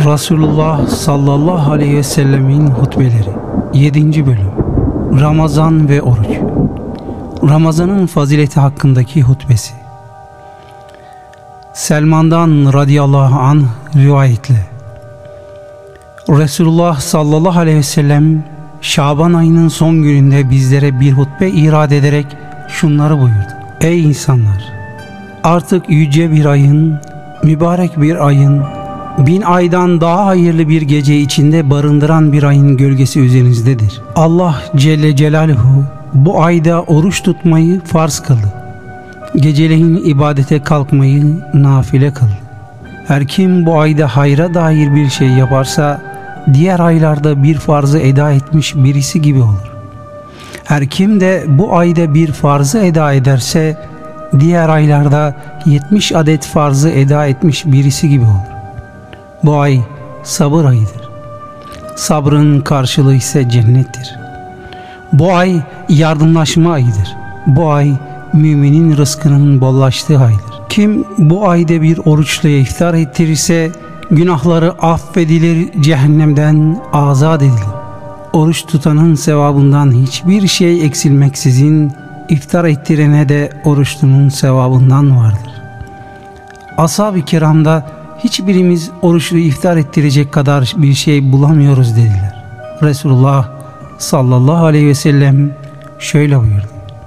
Resulullah sallallahu aleyhi ve sellemin hutbeleri 7. bölüm Ramazan ve oruç. Ramazanın fazileti hakkındaki hutbesi. Selman'dan radıyallahu anh rivayetle Resulullah sallallahu aleyhi ve sellem Şaban ayının son gününde bizlere bir hutbe irad ederek şunları buyurdu: Ey insanlar! Artık yüce bir ayın, mübarek bir ayın, 1000 aydan daha hayırlı bir gece içinde barındıran bir ayın gölgesi üzerinizdedir. Allah Celle Celaluhu bu ayda oruç tutmayı farz kıldı. Geceleyin ibadete kalkmayı nafile kıldı. Her kim bu ayda hayra dair bir şey yaparsa diğer aylarda bir farzı eda etmiş birisi gibi olur. Her kim de bu ayda bir farzı eda ederse diğer aylarda 70 adet farzı eda etmiş birisi gibi olur. Bu ay sabır ayıdır. Sabrın karşılığı ise cennettir. Bu ay yardımlaşma ayıdır. Bu ay müminin rızkının bollaştığı aydır. Kim bu ayda bir oruçla iftar ettirirse günahları affedilir, cehennemden azat edilir. Oruç tutanın sevabından hiçbir şey eksilmeksizin iftar ettirene de oruçlunun sevabından vardır. Ashab-ı kiramda hiçbirimiz oruçlu iftar ettirecek kadar bir şey bulamıyoruz dediler. Resulullah sallallahu aleyhi ve sellem şöyle buyurdu: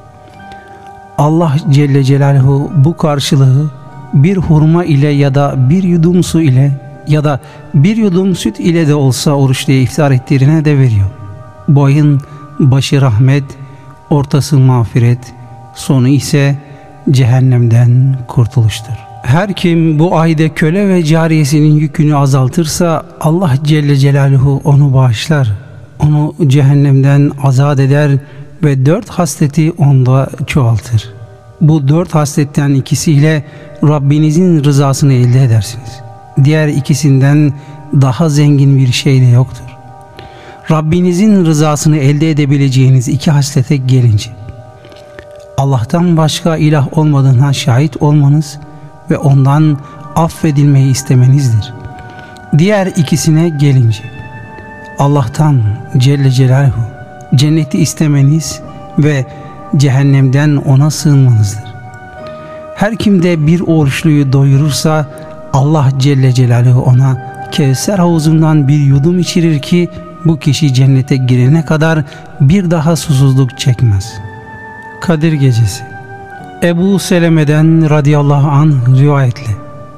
Allah Celle Celaluhu bu karşılığı bir hurma ile ya da bir yudum su ile ya da bir yudum süt ile de olsa oruçlu iftar ettirene de veriyor. Bu ayın başı rahmet, ortası mağfiret, sonu ise cehennemden kurtuluştur. Her kim bu ayda köle ve cariyesinin yükünü azaltırsa Allah Celle Celaluhu onu bağışlar, onu cehennemden azat eder ve 4 hasleti onda çoğaltır. Bu 4 hasletten ikisiyle Rabbinizin rızasını elde edersiniz. Diğer ikisinden daha zengin bir şey de yoktur. Rabbinizin rızasını elde edebileceğiniz 2 haslete gelince, Allah'tan başka ilah olmadığına şahit olmanız ve ondan affedilmeyi istemenizdir. Diğer ikisine gelince, Allah'tan Celle Celaluhu cenneti istemeniz ve cehennemden ona sığınmanızdır. Her kim de bir oruçluyu doyurursa Allah Celle Celaluhu ona Kevser havuzundan bir yudum içirir ki bu kişi cennete girene kadar bir daha susuzluk çekmez. Kadir Gecesi. Ebu Seleme'den radıyallahu anh rivayetle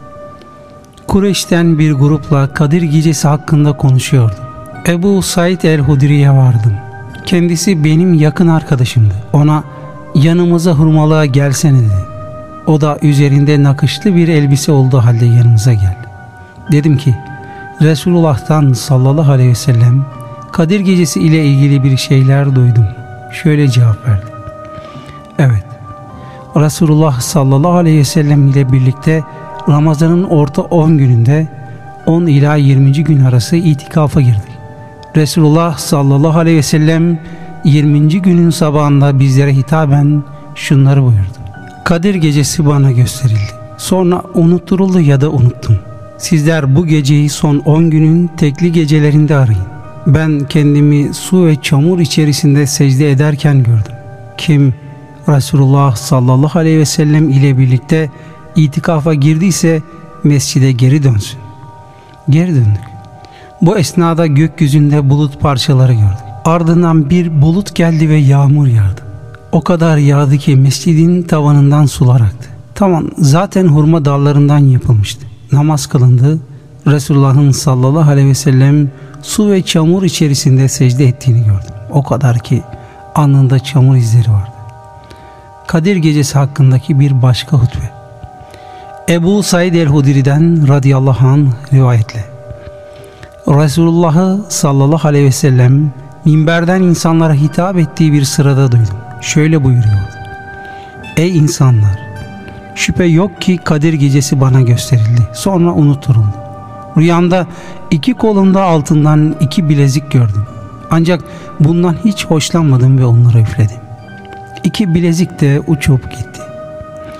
Kureyş'ten bir grupla Kadir Gecesi hakkında konuşuyordum. Ebu Said el-Hudri'ye vardım. Kendisi benim yakın arkadaşımdı. Ona yanımıza hurmalığa gelsene dedi. O da üzerinde nakışlı bir elbise olduğu halde yanımıza geldi. Dedim ki Resulullah'tan sallallahu aleyhi ve sellem Kadir Gecesi ile ilgili bir şeyler duydum. Şöyle cevap verdi: Evet, Resulullah sallallahu aleyhi ve sellem ile birlikte Ramazan'ın orta 10 gününde 10 ila 20. gün arası itikafa girdik. Resulullah sallallahu aleyhi ve sellem 20. günün sabahında bizlere hitaben şunları buyurdu: Kadir Gecesi bana gösterildi. Sonra unutturuldu ya da unuttum. Sizler bu geceyi son 10 günün tekli gecelerinde arayın. Ben kendimi su ve çamur içerisinde secde ederken gördüm. Kim Resulullah sallallahu aleyhi ve sellem ile birlikte itikafa girdiyse mescide geri dönsün. Geri döndük. Bu esnada gökyüzünde bulut parçaları gördük. Ardından bir bulut geldi ve yağmur yağdı. O kadar yağdı ki mescidin tavanından sular aktı. Tavan zaten hurma dallarından yapılmıştı. Namaz kılındı. Resulullah'ın sallallahu aleyhi ve sellem su ve çamur içerisinde secde ettiğini gördüm. O kadar ki alnında çamur izleri vardı. Kadir Gecesi hakkındaki bir başka hutbe. Ebu Said el-Hudri'den radıyallahu anh rivayetle Resulullah'ı sallallahu aleyhi ve sellem minberden insanlara hitap ettiği bir sırada duydum. Şöyle buyuruyordu: Ey insanlar! Şüphe yok ki Kadir Gecesi bana gösterildi. Sonra unutturuldu. Rüyamda 2 kolumda altından 2 bilezik gördüm. Ancak bundan hiç hoşlanmadım ve onlara üfledim. 2 bilezik de uçup gitti.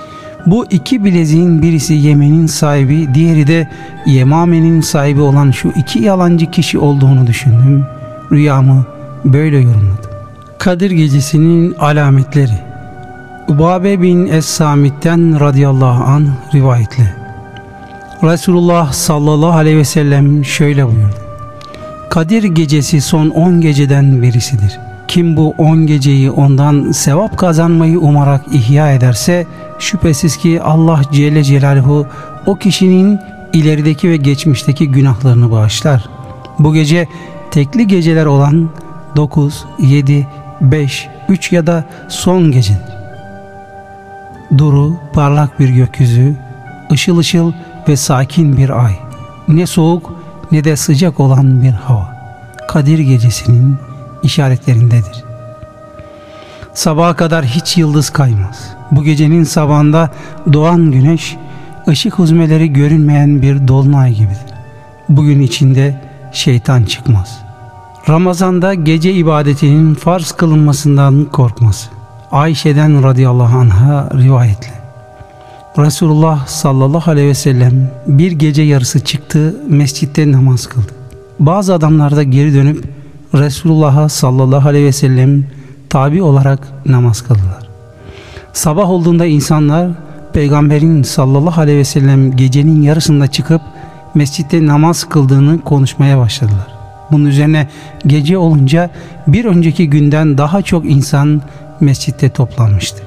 Bu iki bileziğin birisi Yemen'in sahibi, diğeri de Yemame'nin sahibi olan şu iki yalancı kişi olduğunu düşündüm. Rüyamı böyle yorumladım. Kadir Gecesi'nin alametleri. Ubabe bin Es-Samit'ten radıyallahu anh rivayetle. Resulullah sallallahu aleyhi ve sellem şöyle buyurdu. Kadir Gecesi son 10 geceden birisidir. Kim bu 10 geceyi ondan sevap kazanmayı umarak ihya ederse şüphesiz ki Allah Celle Celaluhu o kişinin ilerideki ve geçmişteki günahlarını bağışlar. Bu gece tekli geceler olan 9, 7, 5, 3 ya da son gecedir. Duru, parlak bir gökyüzü, ışıl ışıl ve sakin bir ay, ne soğuk ne de sıcak olan bir hava, Kadir Gecesi'nin işaretlerindedir. Sabaha kadar hiç yıldız kaymaz. Bu gecenin sabahında doğan güneş, ışık huzmeleri görünmeyen bir dolunay gibidir. Bugün içinde şeytan çıkmaz. Ramazanda gece ibadetinin farz kılınmasından korkması. Ayşe'den radıyallahu anha rivayetle. Resulullah sallallahu aleyhi ve sellem bir gece yarısı çıktı, mescitte namaz kıldı. Bazı adamlar da geri dönüp Resulullah'a sallallahu aleyhi ve sellem tabi olarak namaz kıldılar. Sabah olduğunda insanlar Peygamberin sallallahu aleyhi ve sellem gecenin yarısında çıkıp mescitte namaz kıldığını konuşmaya başladılar. Bunun üzerine gece olunca bir önceki günden daha çok insan mescitte toplanmıştı.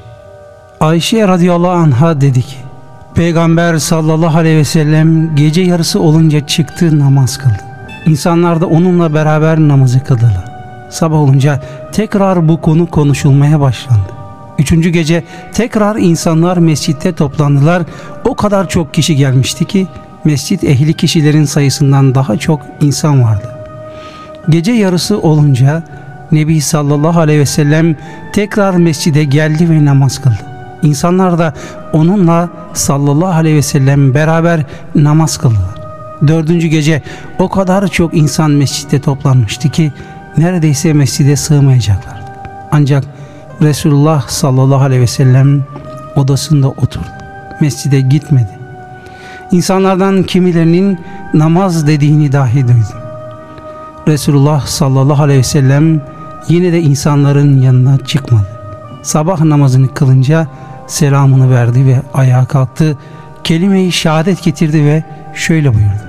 Ayşe radıyallahu anha dedi ki, Peygamber sallallahu aleyhi ve sellem gece yarısı olunca çıktı, namaz kıldı. İnsanlar da onunla beraber namazı kıldılar. Sabah olunca tekrar bu konu konuşulmaya başlandı. Üçüncü gece tekrar insanlar mescitte toplandılar. O kadar çok kişi gelmişti ki mescit ehli kişilerin sayısından daha çok insan vardı. Gece yarısı olunca Nebi sallallahu aleyhi ve sellem tekrar mescide geldi ve namaz kıldı. İnsanlar da onunla sallallahu aleyhi ve sellem beraber namaz kıldılar. Dördüncü gece o kadar çok insan mescitte toplanmıştı ki neredeyse mescide sığmayacaklardı. Ancak Resulullah sallallahu aleyhi ve sellem odasında oturdu. Mescide gitmedi. İnsanlardan kimilerinin namaz dediğini dahi duydum. Resulullah sallallahu aleyhi ve sellem yine de insanların yanına çıkmadı. Sabah namazını kılınca selamını verdi ve ayağa kalktı. Kelime-i şehadet getirdi ve şöyle buyurdu.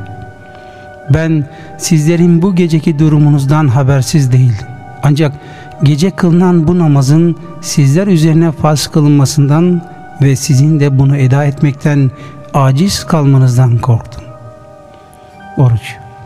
Ben sizlerin bu geceki durumunuzdan habersiz değildim. Ancak gece kılınan bu namazın sizler üzerine farz kılınmasından ve sizin de bunu eda etmekten aciz kalmanızdan korktum. Oruç.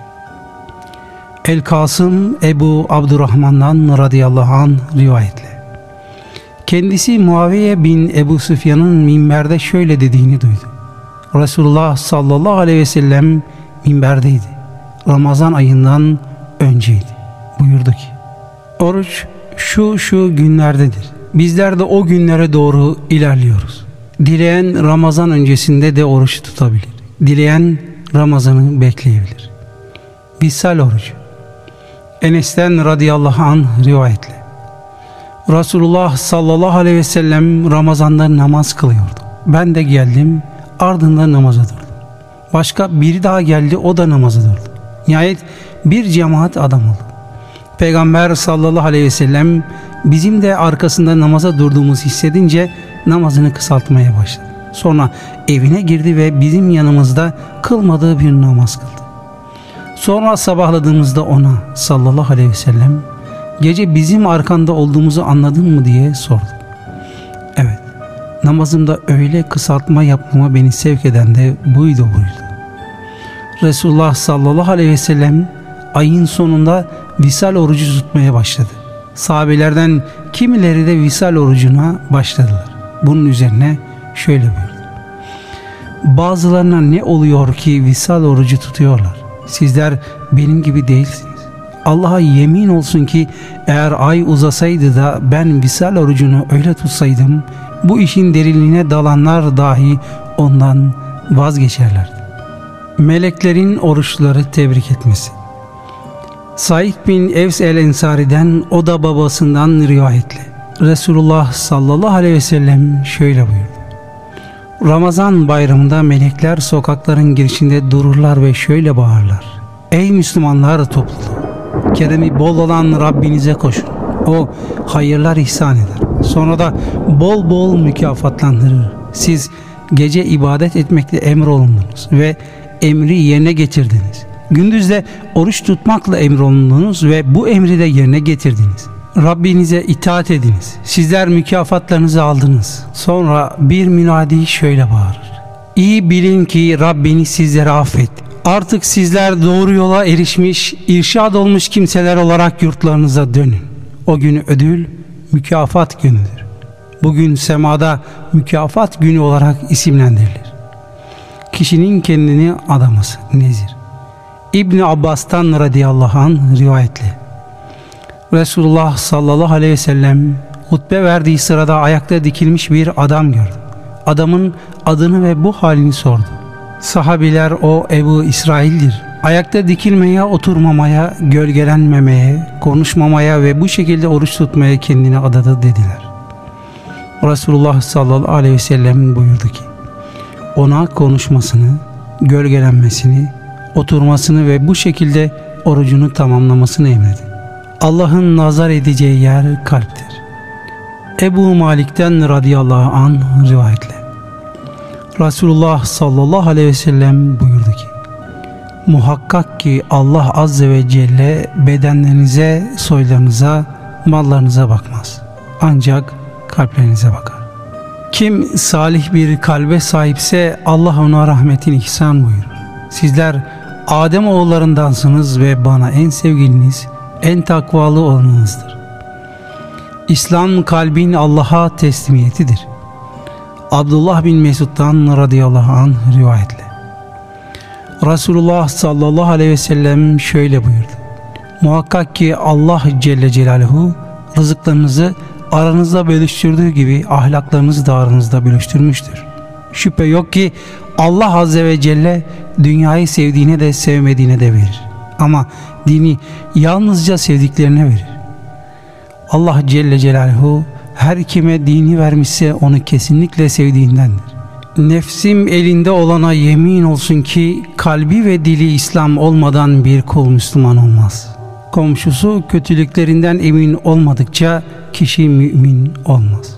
El-Kasım Ebu Abdurrahman'dan radıyallahu anh rivayetle. Kendisi Muaviye bin Ebu Süfyan'ın minberde şöyle dediğini duydu. Resulullah sallallahu aleyhi ve sellem minberdeydi. Ramazan ayından önceydi. Buyurdu ki, oruç şu günlerdedir. Bizler de o günlere doğru ilerliyoruz. Dileyen Ramazan öncesinde de oruç tutabilir. Dileyen Ramazan'ı bekleyebilir. Vissal orucu. Enes'ten radıyallahu anh rivayetle. Resulullah sallallahu aleyhi ve sellem Ramazan'da namaz kılıyordu. Ben de geldim, ardından namaza durdum. Başka biri daha geldi, o da namaza durdu. Nihayet bir cemaat adam oldu. Peygamber sallallahu aleyhi ve sellem bizim de arkasında namaza durduğumuzu hissedince namazını kısaltmaya başladı. Sonra evine girdi ve bizim yanımızda kılmadığı bir namaz kıldı. Sonra sabahladığımızda ona sallallahu aleyhi ve sellem gece bizim arkanda olduğumuzu anladın mı diye sordu. Evet, namazımda öyle kısaltma yapmama beni sevk eden de buydu buyurdu. Resulullah sallallahu aleyhi ve sellem ayın sonunda visal orucu tutmaya başladı. Sahabelerden kimileri de visal orucuna başladılar. Bunun üzerine şöyle buyurdu. Bazılarına ne oluyor ki visal orucu tutuyorlar? Sizler benim gibi değilsiniz. Allah'a yemin olsun ki eğer ay uzasaydı da ben visal orucunu öyle tutsaydım, bu işin derinliğine dalanlar dahi ondan vazgeçerlerdi. Meleklerin oruçları tebrik etmesi. Said bin Evs el-Ensari'den, o da babasından rivayetle. Resulullah sallallahu aleyhi ve sellem şöyle buyurdu. Ramazan bayramında melekler sokakların girişinde dururlar ve şöyle bağırırlar: Ey Müslümanlar topluluğu! Keremi bol olan Rabbinize koşun. O hayırlar ihsan eder. Sonra da bol bol mükafatlandırır. Siz gece ibadet etmekle emrolundunuz ve emri yerine getirdiniz. Gündüz de oruç tutmakla emrolundunuz ve bu emri de yerine getirdiniz. Rabbinize itaat ediniz. Sizler mükafatlarınızı aldınız. Sonra bir münadi şöyle bağırır: İyi bilin ki Rabbiniz sizleri affetti. Artık sizler doğru yola erişmiş, irşad olmuş kimseler olarak yurtlarınıza dönün. O gün ödül, mükafat günüdür. Bugün semada mükafat günü olarak isimlendirilir. Kişinin kendini adaması. Nezir İbni Abbas'tan radıyallahu anh rivayetli. Resulullah sallallahu aleyhi ve sellem hutbe verdiği sırada ayakta dikilmiş bir adam gördü. Adamın adını ve bu halini sordu. Sahabiler o Ebu İsrail'dir. Ayakta dikilmeye, oturmamaya, gölgelenmemeye, konuşmamaya ve bu şekilde oruç tutmaya kendini adadı dediler. Resulullah sallallahu aleyhi ve sellem buyurdu ki, ona konuşmasını, gölgelenmesini, oturmasını ve bu şekilde orucunu tamamlamasını emredin. Allah'ın nazar edeceği yer kalptir. Ebu Malik'ten radıyallahu anh rivayetle. Resulullah sallallahu aleyhi ve sellem buyurdu ki, muhakkak ki Allah azze ve celle bedenlerinize, soylarınıza, mallarınıza bakmaz. Ancak kalplerinize bakar. Kim salih bir kalbe sahipse Allah ona rahmetini ihsan buyurur. Sizler Adem oğullarındansınız ve bana en sevgiliniz, en takvalı olanınızdır. İslam kalbin Allah'a teslimiyetidir. Abdullah bin Mesud'dan radıyallahu anh rivayetle. Resulullah sallallahu aleyhi ve sellem şöyle buyurdu: muhakkak ki Allah Celle Celaluhu rızıklarınızı aranızda bölüştürdüğü gibi ahlaklarınızı da aranızda bölüştürmüştür. Şüphe yok ki Allah Azze ve Celle dünyayı sevdiğine de sevmediğine de verir. Ama dini yalnızca sevdiklerine verir. Allah Celle Celaluhu her kime dini vermişse onu kesinlikle sevdiğindendir. Nefsim elinde olana yemin olsun ki kalbi ve dili İslam olmadan bir kul Müslüman olmaz. Komşusu kötülüklerinden emin olmadıkça kişi mümin olmaz.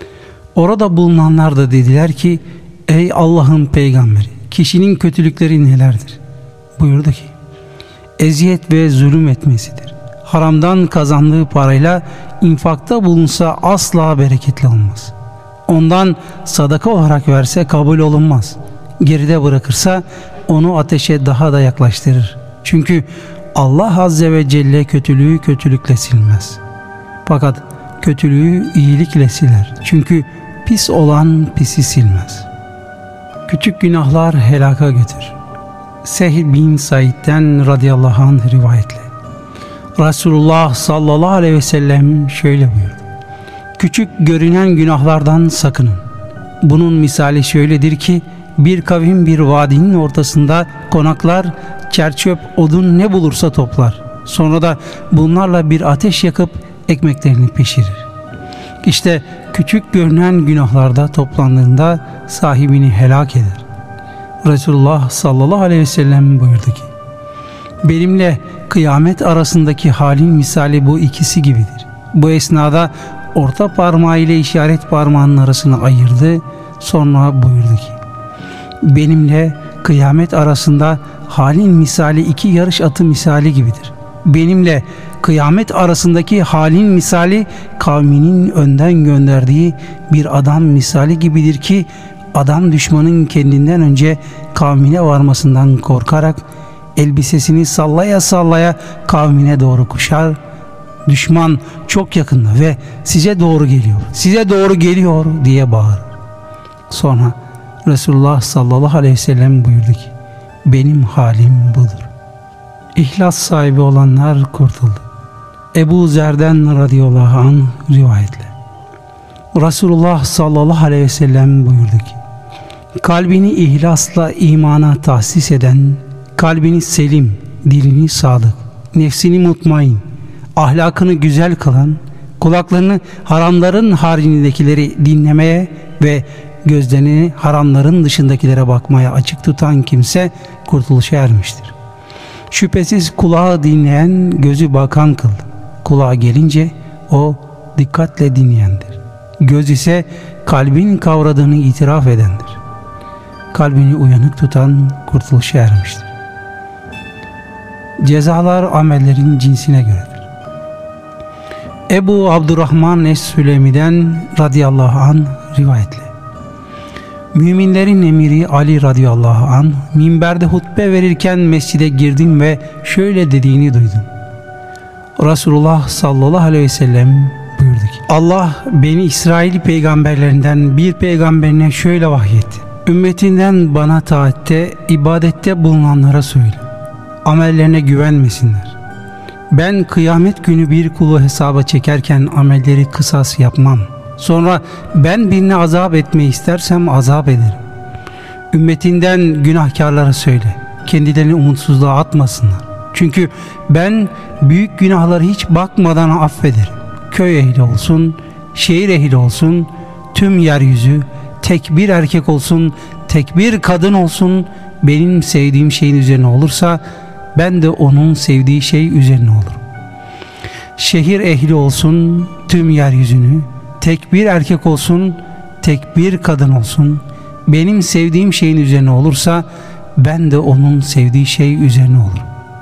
Orada bulunanlar da dediler ki, ey Allah'ın peygamberi, kişinin kötülükleri nelerdir? Buyurdu ki, eziyet ve zulüm etmesidir. Haramdan kazandığı parayla infakta bulunsa asla bereketli olmaz. Ondan sadaka olarak verse kabul olunmaz. Geride bırakırsa onu ateşe daha da yaklaştırır. Çünkü Allah Azze ve Celle kötülüğü kötülükle silmez. Fakat kötülüğü iyilikle siler. Çünkü pis olan pisi silmez. Küçük günahlar helaka götürür. Sehl bin Said'den radıyallahu anh rivayetle. Resulullah sallallahu aleyhi ve sellem şöyle buyurdu: küçük görünen günahlardan sakının. Bunun misali şöyledir ki, bir kavim bir vadinin ortasında konaklar, çerçöp, odun ne bulursa toplar. Sonra da bunlarla bir ateş yakıp ekmeklerini pişirir. İşte küçük görünen günahlarda toplandığında sahibini helak eder. Resulullah sallallahu aleyhi ve sellem buyurdu ki, benimle kıyamet arasındaki halin misali bu ikisi gibidir. Bu esnada orta parmağı ile işaret parmağının arasını ayırdı. Sonra buyurdu ki, benimle kıyamet arasında halin misali iki yarış atı misali gibidir. Benimle kıyamet arasındaki halin misali kavminin önden gönderdiği bir adam misali gibidir ki, adam düşmanın kendinden önce kavmine varmasından korkarak elbisesini sallaya sallaya kavmine doğru koşar. Düşman çok yakında ve size doğru geliyor, size doğru geliyor diye bağırır. Sonra Resulullah sallallahu aleyhi ve sellem buyurdu ki, benim halim budur. İhlas sahibi olanlar kurtuldu. Ebu Zer'den radıyallahu anh rivayetle. Resulullah sallallahu aleyhi ve sellem buyurdu ki, kalbini ihlasla imana tahsis eden, kalbini selim, dilini sadık, nefsini mutmain, ahlakını güzel kılan, kulaklarını haramların haricindekileri dinlemeye ve gözlerini haramların dışındakilere bakmaya açık tutan kimse kurtuluşa ermiştir. Şüphesiz kulağı dinleyen gözü bakan kıldı. Kulağa gelince o dikkatle dinleyendir. Göz ise kalbin kavradığını itiraf edendir. Kalbini uyanık tutan kurtuluşa ermiştir. Cezalar amellerin cinsine göredir. Ebu Abdurrahman Es-Sülemi'den radıyallahu anh rivayetle. Müminlerin emiri Ali radıyallahu anh minberde hutbe verirken mescide girdim ve şöyle dediğini duydum. Resulullah sallallahu aleyhi ve sellem buyurdu ki, Allah beni İsrail peygamberlerinden bir peygamberine şöyle vahyetti. Ümmetinden bana taatte, ibadette bulunanlara söyle. Amellerine güvenmesinler. Ben kıyamet günü bir kulu hesaba çekerken amelleri kısas yapmam. Sonra ben birine azap etmeyi istersem azap ederim. Ümmetinden günahkarlara söyle. Kendilerini umutsuzluğa atmasınlar. Çünkü ben büyük günahları hiç bakmadan affederim. Köy ehli olsun, şehir ehli olsun, tüm yeryüzü, tek bir erkek olsun, tek bir kadın olsun, benim sevdiğim şeyin üzerine olursa ben de onun sevdiği şey üzerine olurum. Şehir ehli olsun, tüm yeryüzünü, tek bir erkek olsun, tek bir kadın olsun, benim sevdiğim şeyin üzerine olursa ben de onun sevdiği şey üzerine olurum.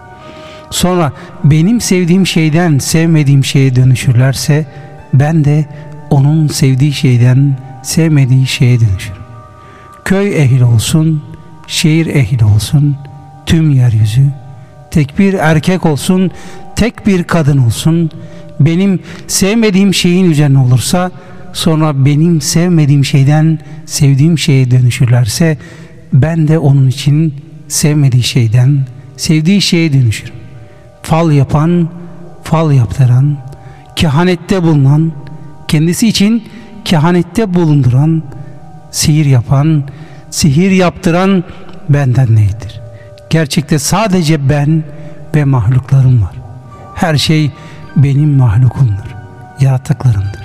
Sonra benim sevdiğim şeyden sevmediğim şeye dönüşürlerse ben de onun sevdiği şeyden sevmediği şeye dönüşürüm. Köy ehli olsun, şehir ehli olsun, tüm yeryüzü, tek bir erkek olsun, tek bir kadın olsun, benim sevmediğim şeyin üzerine olursa sonra benim sevmediğim şeyden sevdiğim şeye dönüşürlerse ben de onun için sevmediği şeyden sevdiği şeye dönüşürüm. Fal yapan, fal yaptıran, kehanette bulunan, kendisi için kehanette bulunduran, sihir yapan, sihir yaptıran benden neydir? Gerçekte sadece ben ve mahluklarım var. Her şey benim mahlukumdur, yaratıklarımdır.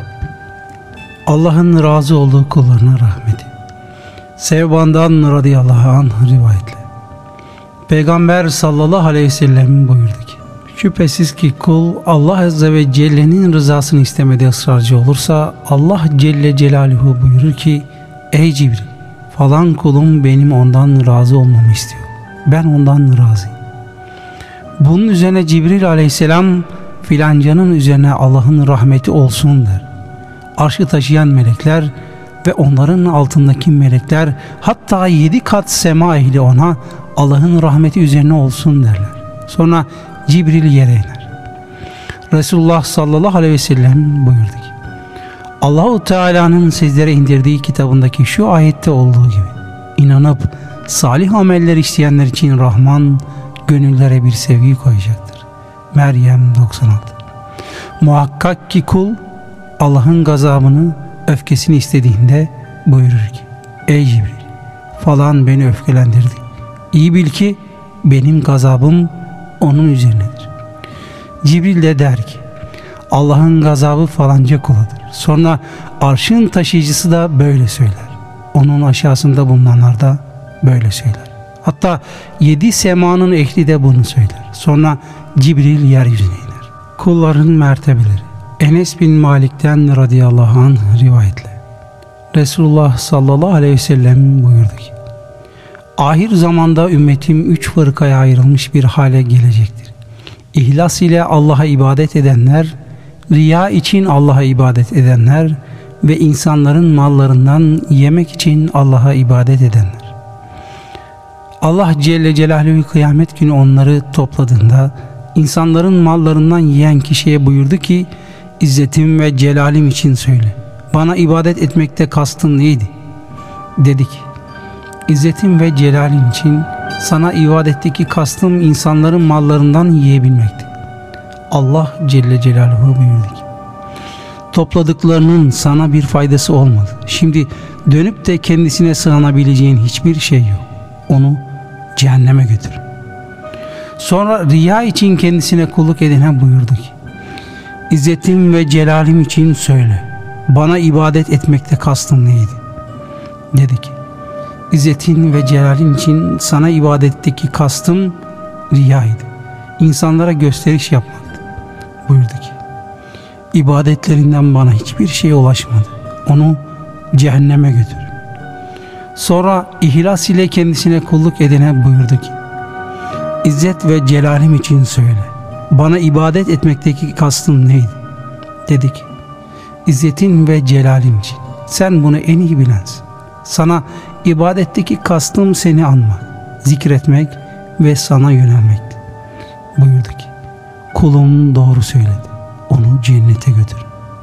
Allah'ın razı olduğu kullarına rahmeti. Sevban'dan radıyallahu anh rivayetle. Peygamber sallallahu aleyhi ve sellem buyurdu ki, şüphesiz ki kul Allah azze ve celle'nin rızasını istemede ısrarcı olursa Allah Celle Celaluhu buyurur ki, ey Cibril, falan kulum benim ondan razı olmamı istiyor. Ben ondan razıyım. Bunun üzerine Cibril aleyhisselam filancanın üzerine Allah'ın rahmeti olsun der. Arşı taşıyan melekler ve onların altındaki melekler, hatta 7 kat sema ehli ona Allah'ın rahmeti üzerine olsun derler. Sonra Cibril yere iner. Resulullah sallallahu aleyhi ve sellem buyurdu ki, Allahu Teala'nın sizlere indirdiği kitabındaki şu ayette olduğu gibi inanıp salih ameller işleyenler için Rahman gönüllere bir sevgi koyacaktır. Meryem 96. Muhakkak ki kul Allah'ın gazabını, öfkesini istediğinde buyurur ki, ey Cibril, falan beni öfkelendirdi. İyi bil ki benim gazabım onun üzerinedir. Cibril de der ki, Allah'ın gazabı falanca kuladır. Sonra arşın taşıyıcısı da böyle söyler. Onun aşağısında bulunanlar da böyle söyler. Hatta 7 semanın ehli de bunu söyler. Sonra Cibril yeryüzüne iner. Kulların mertebeleri. Enes bin Malik'ten radıyallahu anh rivayetle. Resulullah sallallahu aleyhi ve sellem buyurdu ki, ahir zamanda ümmetim 3 fırkaya ayrılmış bir hale gelecektir. İhlas ile Allah'a ibadet edenler, riya için Allah'a ibadet edenler ve insanların mallarından yemek için Allah'a ibadet edenler. Allah Celle Celaluhu kıyamet günü onları topladığında insanların mallarından yiyen kişiye buyurdu ki, İzzetim ve celalim için söyle, bana ibadet etmekte kastın neydi? Dedik, İzzetim ve celalin için sana ibadetteki kastım insanların mallarından yiyebilmekti. Allah Celle Celaluhu buyurdu ki, topladıklarının sana bir faydası olmadı. Şimdi dönüp de kendisine sığınabileceğin hiçbir şey yok. Onu cehenneme götür. Sonra riya için kendisine kulluk edene buyurdu ki, İzzetim ve celalim için söyle, bana ibadet etmekte kastın neydi? Dedi ki, İzzetin ve celalin için sana ibadetteki kastım riyaydı. İnsanlara gösteriş yapmaktı. Buyurdu ki, ibadetlerinden bana hiçbir şey ulaşmadı. Onu cehenneme götür. Sonra ihlas ile kendisine kulluk edene buyurdu ki, İzzet ve celalim için söyle. Bana ibadet etmekteki kastın neydi? Dedi ki, İzzetin ve celalim için. Sen bunu en iyi bilensin. Sana ibadetteki kastım seni anmak, zikretmek ve sana yönelmekti. Buyurdu ki, kulum doğru söyledi. Onu cennete götür.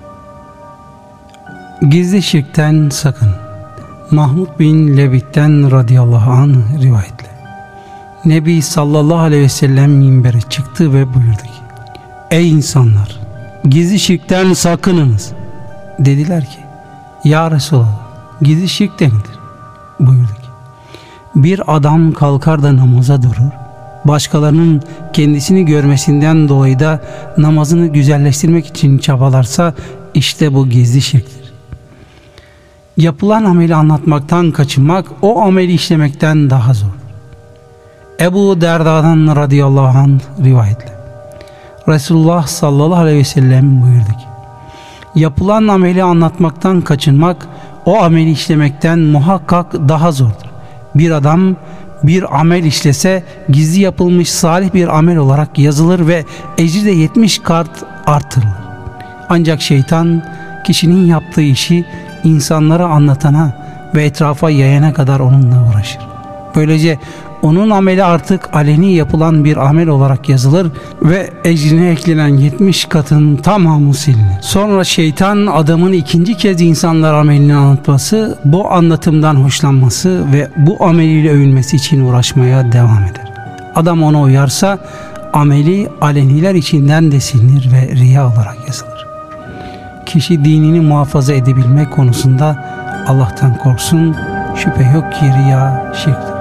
Gizli şirkten sakın. Mahmud bin Lebit'ten radıyallahu anh rivayetle. Nebi sallallahu aleyhi ve sellem minbere çıktı ve buyurdu ki, ey insanlar, gizli şirkten sakınınız. Dediler ki, ya Resulallah, gizli şirk de nedir? Buyurdu ki, bir adam kalkar da namaza durur, başkalarının kendisini görmesinden dolayı da namazını güzelleştirmek için çabalarsa, işte bu gizli şirktir. Yapılan ameli anlatmaktan kaçınmak, o ameli işlemekten daha zor. Ebu Derda'dan radıyallahu anh rivayetle. Resulullah sallallahu aleyhi ve sellem buyurdu ki, yapılan ameli anlatmaktan kaçınmak, o ameli işlemekten muhakkak daha zordur. Bir adam bir amel işlese, gizli yapılmış salih bir amel olarak yazılır ve ecri de 70 kat artırılır. Ancak şeytan, kişinin yaptığı işi insanlara anlatana ve etrafa yayana kadar onunla uğraşır. Böylece onun ameli artık aleni yapılan bir amel olarak yazılır ve ecrine eklenen 70 katın tamamı silinir. Sonra şeytan adamın ikinci kez insanlar amelini anlatması, bu anlatımdan hoşlanması ve bu ameliyle övünmesi için uğraşmaya devam eder. Adam ona uyarsa ameli aleniler içinden de silinir ve riya olarak yazılır. Kişi dinini muhafaza edebilmek konusunda Allah'tan korksun, şüphe yok ki riya şirktir.